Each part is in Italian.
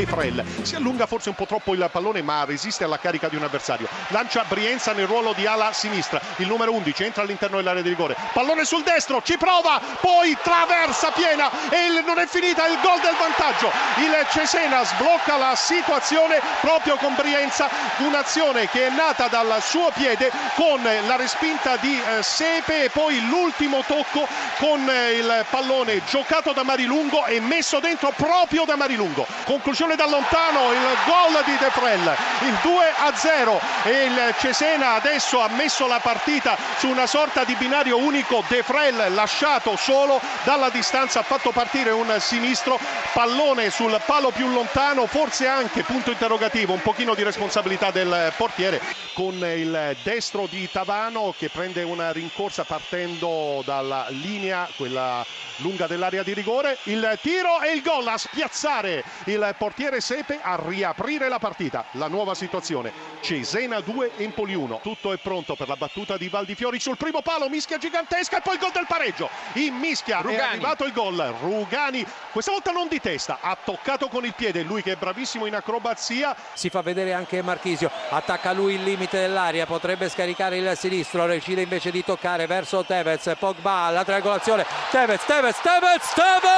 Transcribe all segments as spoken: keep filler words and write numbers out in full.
De Frel. Si allunga forse un po' troppo il pallone, ma resiste alla carica di un avversario. Lancia Brienza nel ruolo di ala sinistra. Il numero undici entra all'interno dell'area di rigore. Pallone sul destro, ci prova, poi traversa piena e il, non è finita, il gol del vantaggio. Il Cesena sblocca la situazione proprio con Brienza, un'azione che è nata dal suo piede con la respinta di eh, Sepe e poi l'ultimo tocco con eh, il pallone giocato da Marilungo e messo dentro proprio da Marilungo. Conclusione da lontano, il gol di De Frel, il due a zero, e il Cesena adesso ha messo la partita su una sorta di binario unico. De Frel lasciato solo dalla distanza ha fatto partire un sinistro, pallone sul palo più lontano, forse anche punto interrogativo, un pochino di responsabilità del portiere, con il destro di Tavano che prende una rincorsa partendo dalla linea, quella lunga dell'area di rigore, il tiro e il gol a spiazzare il portiere Sepe, a riaprire la partita. La nuova situazione, Cesena due, Empoli uno. Tutto è pronto per la battuta di Valdifiori sul primo palo, mischia gigantesca e poi il gol del pareggio. In mischia Rugani. È arrivato il gol, Rugani questa volta non di testa, ha toccato con il piede, lui che è bravissimo in acrobazia. Si fa vedere anche Marchisio, attacca lui il limite dell'area, potrebbe scaricare il sinistro, decide invece di toccare verso Tevez, Pogba, la triangolazione, Tevez, Tevez, Tevez,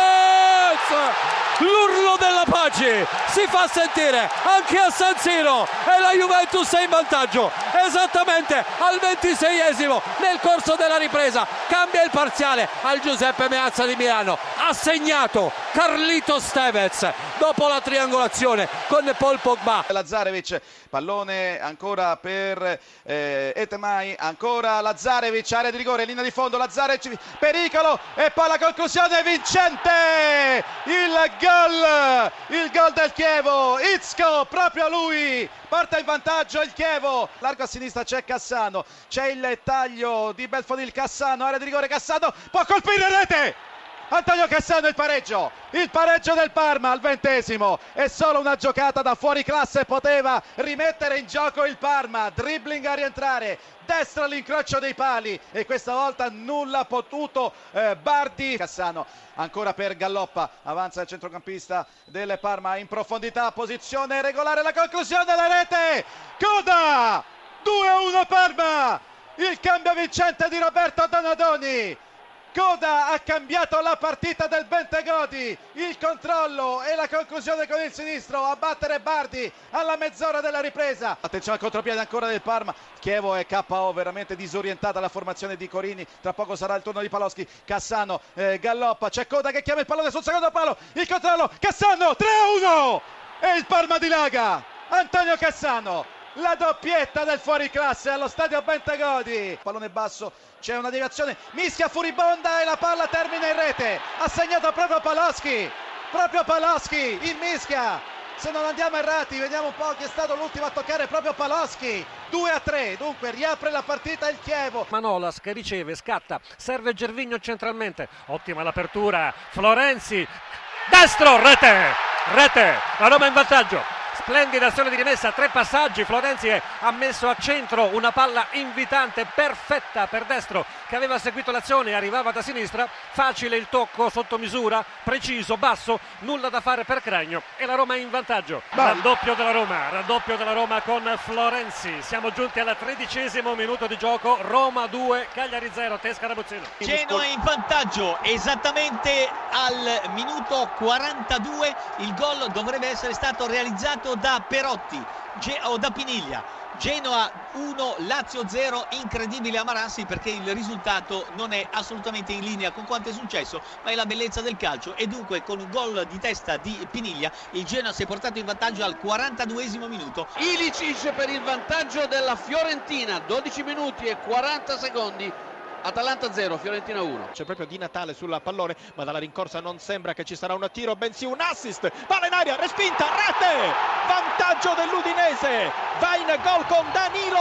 Tevez! L'urlo della pace si fa sentire anche a San Siro e la Juventus è in vantaggio esattamente al ventiseiesimo. Nel corso della ripresa cambia il parziale al Giuseppe Meazza di Milano, ha segnato Carlitos Tevez dopo la triangolazione con Paul Pogba. Lazarevic, pallone ancora per eh, Etemai, ancora Lazarevic, area di rigore, linea di fondo, Lazarevic, pericolo e poi la conclusione vincente, il gol, il gol del Chievo, Izco, proprio lui porta in vantaggio il Chievo. Largo a sinistra c'è Cassano, c'è il taglio di Belfodil, Cassano, area di rigore, Cassano può colpire rete. Antonio Cassano, il pareggio, il pareggio del Parma al ventesimo, e solo una giocata da fuori classe poteva rimettere in gioco il Parma. Dribbling a rientrare, destra all'incrocio dei pali e questa volta nulla ha potuto eh, Bardi. Cassano ancora per Galloppa, avanza il centrocampista del Parma in profondità, posizione regolare, la conclusione della rete, coda, due a uno Parma, il cambio vincente di Roberto Donadoni. Coda ha cambiato la partita del Bentegodi, il controllo e la conclusione con il sinistro a battere Bardi alla mezz'ora della ripresa. Attenzione al contropiede ancora del Parma, Chievo è K O, veramente disorientata la formazione di Corini, tra poco sarà il turno di Paloschi. Cassano, eh, Galloppa, c'è Coda che chiama il pallone sul secondo palo, il controllo, Cassano, tre a uno e il Parma dilaga. Antonio Cassano, la doppietta del fuoriclasse allo stadio Bentegodi, pallone basso, c'è una deviazione, mischia furibonda e la palla termina in rete, ha segnato proprio Paloschi, proprio Paloschi in mischia, se non andiamo errati, vediamo un po' chi è stato l'ultimo a toccare, proprio Paloschi. Due a tre, dunque riapre la partita il Chievo. Manolas che riceve, scatta, serve Gervinho centralmente, ottima l'apertura, Florenzi, destro, rete, rete, la Roma in vantaggio. Splendida azione di rimessa, tre passaggi, Florenzi ha messo a centro una palla invitante, perfetta per destro che aveva seguito l'azione, arrivava da sinistra, facile il tocco sotto misura, preciso, basso, nulla da fare per Cragno e la Roma in vantaggio. Raddoppio della Roma, raddoppio della Roma con Florenzi, siamo giunti al tredicesimo minuto di gioco, Roma due, Cagliari zero, Tesca Rabuzzino. Genoa in vantaggio esattamente al minuto quarantadue, il gol dovrebbe essere stato realizzato da Perotti o da Piniglia. Genoa uno, Lazio zero, incredibile a Marassi perché il risultato non è assolutamente in linea con quanto è successo, ma è la bellezza del calcio e dunque con un gol di testa di Piniglia il Genoa si è portato in vantaggio al quarantaduesimo minuto. Ilicic per il vantaggio della Fiorentina, dodici minuti e quaranta secondi. Atalanta zero, Fiorentina uno. C'è proprio Di Natale sul pallone, ma dalla rincorsa non sembra che ci sarà un tiro, bensì un assist. Palla in aria, respinta, rete! Vantaggio dell'Udinese. Va in gol con Danilo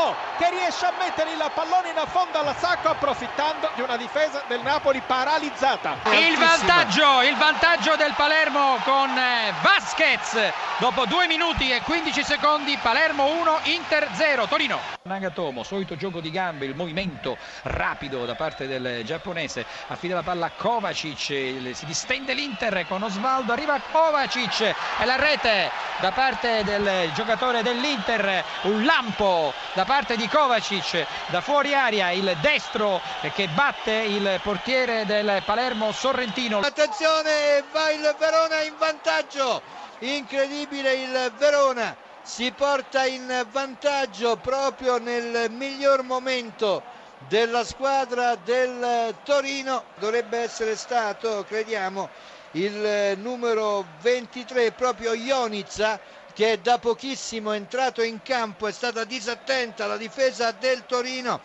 che riesce a mettere il pallone in affondo al sacco approfittando di una difesa del Napoli paralizzata. Il vantaggio, il vantaggio del Palermo con Vasquez dopo due minuti e quindici secondi. Palermo uno, Inter zero. Torino. Nagatomo, solito gioco di gambe, il movimento rapido da parte del giapponese, affida la palla a Kovacic, si distende l'Inter con Osvaldo, arriva Kovacic e la rete da parte del giocatore dell'Inter, un lampo da parte di Kovacic da fuori aria, il destro che batte il portiere del Palermo Sorrentino. Attenzione, va il Verona in vantaggio, incredibile, il Verona si porta in vantaggio proprio nel miglior momento della squadra del Torino. Dovrebbe essere stato, crediamo, il numero ventitré, proprio Ionica, che è da pochissimo entrato in campo. È stata disattenta la difesa del Torino